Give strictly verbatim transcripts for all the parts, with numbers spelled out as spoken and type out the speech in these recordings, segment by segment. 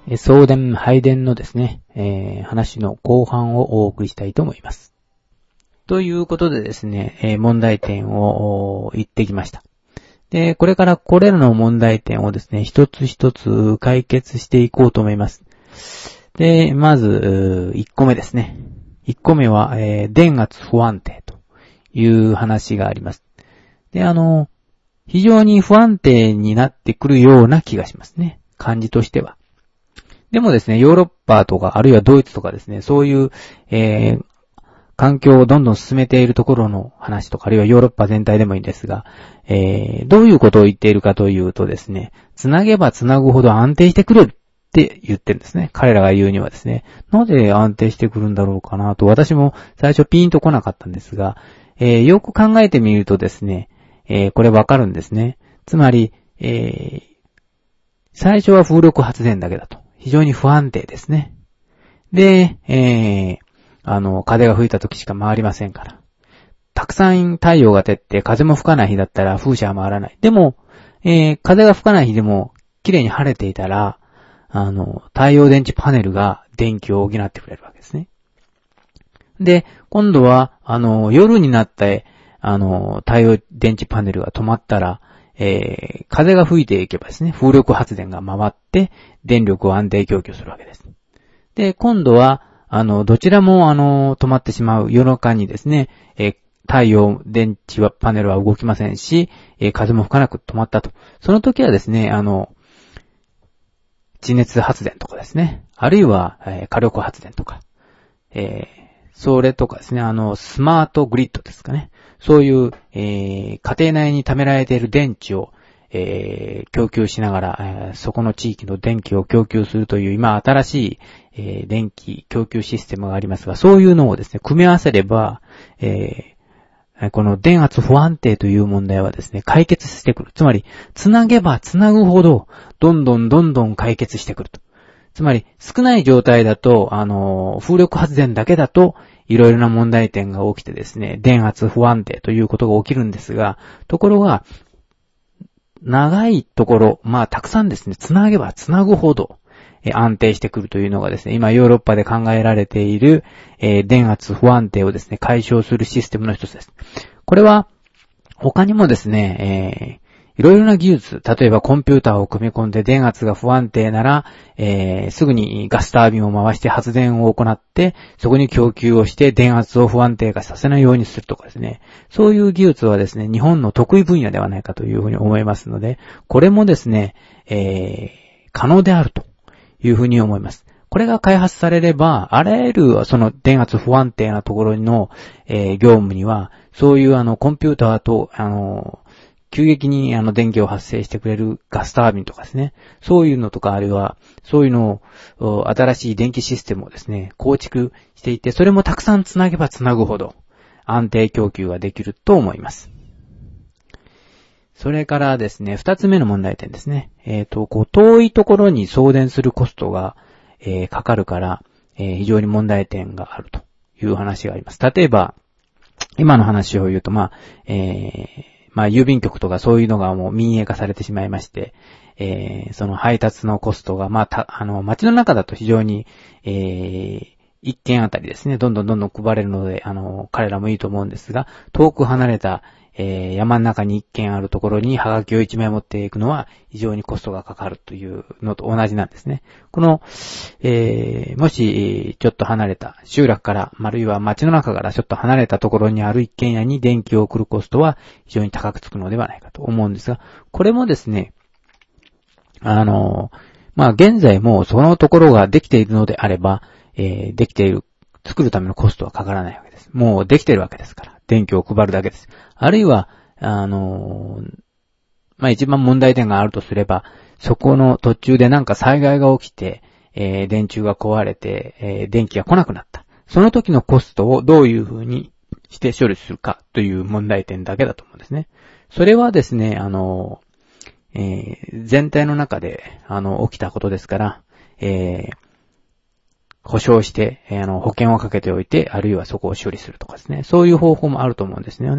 送電、配電のですね、えー、話の後半をお送りしたいと思います。ということでですね、えー、問題点を言ってきました。で、これからこれらの問題点をですね、一つ一つ解決していこうと思います。で、まず、いっこめですね。いっこめは、えー、電圧不安定という話があります。で、あの、非常に不安定になってくるような気がしますね。感じとしては。でもですね、ヨーロッパとか、あるいはドイツとかですね、そういう、えー、環境をどんどん進めているところの話とか、あるいはヨーロッパ全体でもいいんですが、えー、どういうことを言っているかというとですね、つなげばつなぐほど安定してくれるって言ってるんですね。彼らが言うにはですね、なぜ安定してくるんだろうかなと、私も最初ピーンと来なかったんですが、えー、よく考えてみるとですね、えー、これわかるんですね。つまり、えー、最初は風力発電だけだと。非常に不安定ですね。で、えー、あの、風が吹いた時しか回りませんから。たくさん太陽が照って風も吹かない日だったら風車は回らない。でも、えー、風が吹かない日でも綺麗に晴れていたら、あの、太陽電池パネルが電気を補ってくれるわけですね。で、今度は、あの、夜になって、あの、太陽電池パネルが止まったら、えー、風が吹いていけばですね、風力発電が回って、電力を安定供給するわけです。で、今度は、あの、どちらも、あの、止まってしまう夜中にですね、えー、太陽電池は、パネルは動きませんし、えー、風も吹かなく止まったと。その時はですね、あの、地熱発電とかですね、あるいは、えー、火力発電とか、えー、それとかですね、あの、スマートグリッドですかね。そういう、えー、家庭内に貯められている電池を、えー、供給しながら、えー、そこの地域の電気を供給するという、今新しい、えー、電気供給システムがありますが、そういうのをですね、組み合わせれば、えー、この電圧不安定という問題はですね、解決してくる。つまり、つなげばつなぐほど、どんどんどんどん解決してくると。つまり、少ない状態だと、あの、風力発電だけだと、いろいろな問題点が起きてですね、電圧不安定ということが起きるんですが、ところが、長いところ、まあ、たくさんですね、つなげばつなぐほど、え安定してくるというのがですね、今ヨーロッパで考えられている、えー、電圧不安定をですね、解消するシステムの一つです。これは、他にもですね、えーいろいろな技術、例えばコンピューターを組み込んで電圧が不安定なら、えー、すぐにガスタービンを回して発電を行って、そこに供給をして電圧を不安定化させないようにするとかですね。そういう技術はですね、日本の得意分野ではないかというふうに思いますので、これもですね、えー、可能であるというふうに思います。これが開発されれば、あらゆるその電圧不安定なところの、えー、業務には、そういうあのコンピューターと、あの、急激にあの電気を発生してくれるガスタービンとかですね。そういうのとか、あるいは、そういうのを、新しい電気システムをですね、構築していて、それもたくさんつなげばつなぐほど安定供給ができると思います。それからですね、二つ目の問題点ですね。えっと、こう、遠いところに送電するコストが、えー、かかるから、えー、非常に問題点があるという話があります。例えば、今の話を言うと、まあ、えー、まあ、郵便局とかそういうのがもう民営化されてしまいまして、えー、その配達のコストが、まあ、た、あの、街の中だと非常に、えー、一件あたりですね、どんどんどんどん配れるので、あの、彼らもいいと思うんですが、遠く離れた、えー、山の中に一軒あるところにハガキを一枚持っていくのは非常にコストがかかるというのと同じなんですね。この、えー、もしちょっと離れた集落から、あるいは街の中からちょっと離れたところにある一軒家に電気を送るコストは非常に高くつくのではないかと思うんですが、これもですね、あの、まあ、現在もそのところができているのであれば、えー、できている、作るためのコストはかからないわけです。もうできているわけですから。電気を配るだけです。あるいは、あのー、まあ、一番問題点があるとすれば、そこの途中でなんか災害が起きて、えー、電柱が壊れて、えー、電気が来なくなった。その時のコストをどういうふうにして処理するかという問題点だけだと思うんですね。それはですね、あのー、えー、全体の中で、あの、起きたことですから、えー、保証して、えー、あの、保険をかけておいて、あるいはそこを処理するとかですね。そういう方法もあると思うんですよね。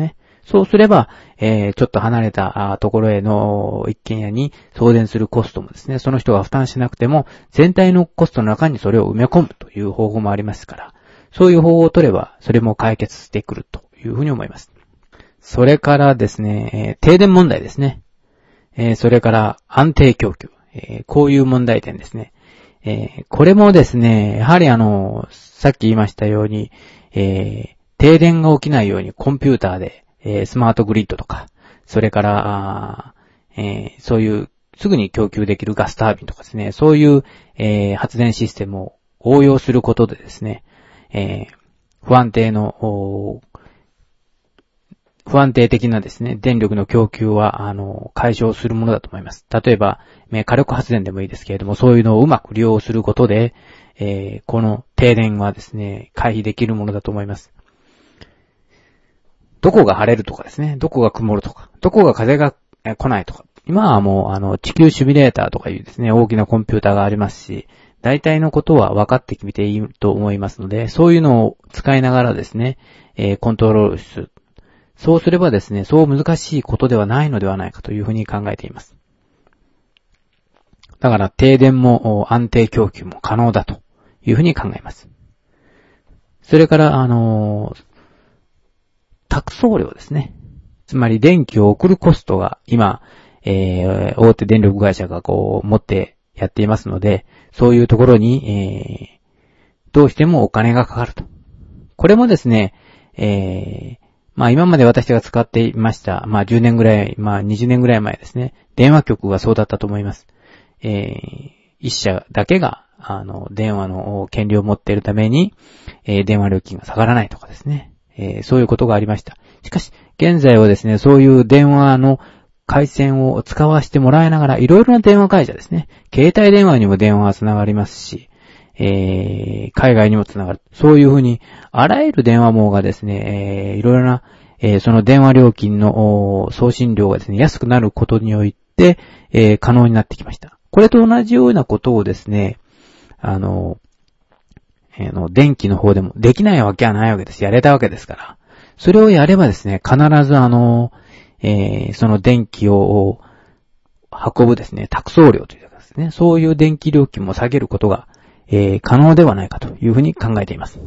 そうすれば、えー、ちょっと離れたところへの一軒家に送電するコストもですね、その人が負担しなくても、全体のコストの中にそれを埋め込むという方法もありますから、そういう方法を取れば、それも解決してくるというふうに思います。それからですね、えー、停電問題ですね。えー、それから安定供給、えー。こういう問題点ですね。えー、これもですね、やはりあの、さっき言いましたように、えー、停電が起きないようにコンピューターで、えー、スマートグリッドとか、それから、えー、そういうすぐに供給できるガスタービンとかですね、そういう、えー、発電システムを応用することでですね、えー、不安定の、不安定的なですね、電力の供給は、あの、解消するものだと思います。例えば、火力発電でもいいですけれども、そういうのをうまく利用することで、えー、この停電はですね、回避できるものだと思います。どこが晴れるとかですね、どこが曇るとか、どこが風が来ないとか、今はもう、あの、地球シミュレーターとかいうですね、大きなコンピューターがありますし、大体のことは分かってきていると思いますので、そういうのを使いながらですね、えー、コントロールする。そうすればですね、そう難しいことではないのではないかというふうに考えています。だから停電も安定供給も可能だというふうに考えます。それから、あのー、託送料ですね。つまり電気を送るコストが今、えー、大手電力会社がこう持ってやっていますので、そういうところに、えー、どうしてもお金がかかると。これもですね、えー、まあ今まで私が使っていました、まあじゅうねんぐらい、まあにじゅうねんぐらい前ですね、電話局がそうだったと思います。えー、一社だけが、あの、電話の権利を持っているために、えー、電話料金が下がらないとかですね、えー、そういうことがありました。しかし、現在はですね、そういう電話の回線を使わせてもらいながら、いろいろな電話会社ですね、携帯電話にも電話がつながりますし、えー、海外にもつながる。そういうふうに、あらゆる電話網がですね、えー、いろいろな、えー、その電話料金の送信料がですね、安くなることによって、えー、可能になってきました。これと同じようなことをですね、あの、えー、の電気の方でもできないわけはないわけです。やれたわけですから。それをやればですね、必ずあの、えー、その電気を運ぶですね、託送料というかですね、そういう電気料金も下げることがえー、可能ではないかというふうに考えています。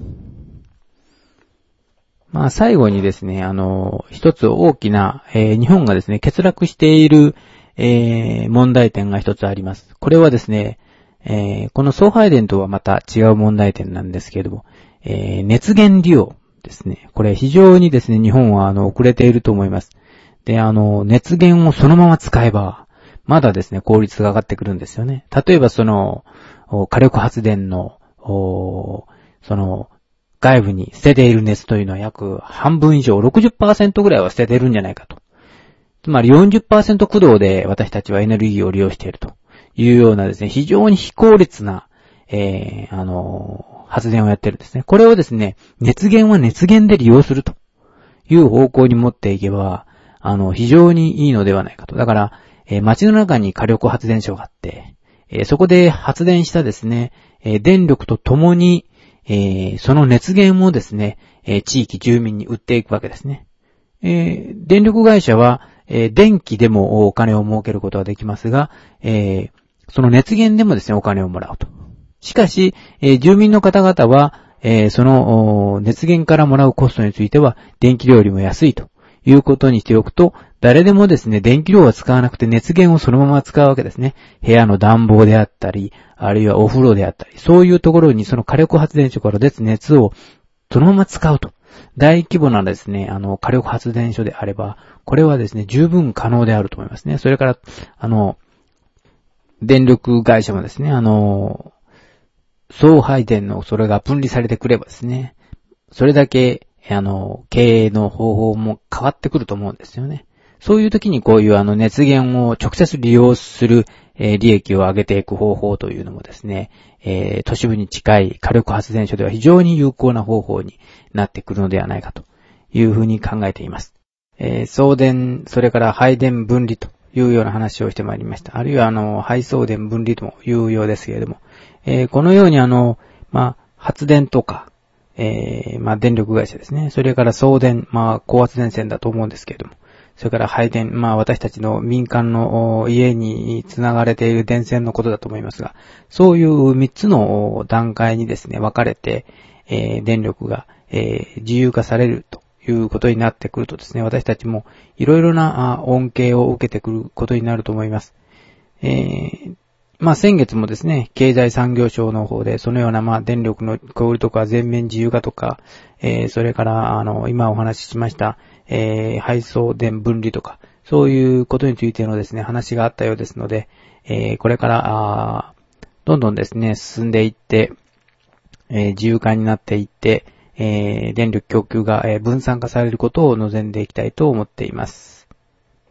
まあ最後にですね、あの、一つ大きな、えー、日本がですね、欠落している、えー、問題点が一つあります。これはですね、えー、この送配電とはまた違う問題点なんですけれども、えー、熱源利用ですね。これ非常にですね、日本はあの、遅れていると思います。で、あの、熱源をそのまま使えば、まだですね、効率が上がってくるんですよね。例えばその、火力発電の、その、外部に捨てている熱というのは約半分以上、ろくじゅっパーセント ぐらいは捨ててるんじゃないかと。つまり よんじゅっパーセント 駆動で私たちはエネルギーを利用しているというようなですね、非常に非効率な、えー、あの、発電をやってるんですね。これをですね、熱源は熱源で利用するという方向に持っていけば、あの、非常にいいのではないかと。だから、えー、街の中に火力発電所があって、えー、そこで発電したですね、えー、電力とともに、えー、その熱源をですね、えー、地域住民に売っていくわけですね。えー、電力会社は、えー、電気でもお金を儲けることができますが、えー、その熱源でもですね、お金をもらうと。しかし、えー、住民の方々は、えー、その熱源からもらうコストについては、電気料よりも安いということにしておくと、誰でもですね、電気量は使わなくて熱源をそのまま使うわけですね。部屋の暖房であったり、あるいはお風呂であったり、そういうところにその火力発電所から出す熱をそのまま使うと。大規模なですね、あの、火力発電所であれば、これはですね、十分可能であると思いますね。それから、あの、電力会社もですね、あの、送配電のそれが分離されてくればですね、それだけ、あの、経営の方法も変わってくると思うんですよね。そういう時にこういうあの熱源を直接利用する、えー、利益を上げていく方法というのもですね、えー、都市部に近い火力発電所では非常に有効な方法になってくるのではないかというふうに考えています。えー、送電、それから配電分離というような話をしてまいりました。あるいはあの、配送電分離ともいうようですけれども、えー、このようにあの、まあ、発電とか、 えー、まあ、電力会社ですね。それから送電、まあ、高圧電線だと思うんですけれども。それから配電、まあ、私たちの民間の家につながれている電線のことだと思いますが、そういうみっつの段階にですね、分かれて、えー、電力が、えー、自由化されるということになってくるとですね、私たちもいろいろな恩恵を受けてくることになると思います。えーまあ先月もですね、経済産業省の方でそのようなまあ電力の小売りとか全面自由化とか、えー、それからあの今お話ししました、えー、配送電分離とか、そういうことについてのですね、話があったようですので、えー、これからあどんどんですね、進んでいって、えー、自由化になっていって、えー、電力供給が、えー、分散化されることを望んでいきたいと思っています。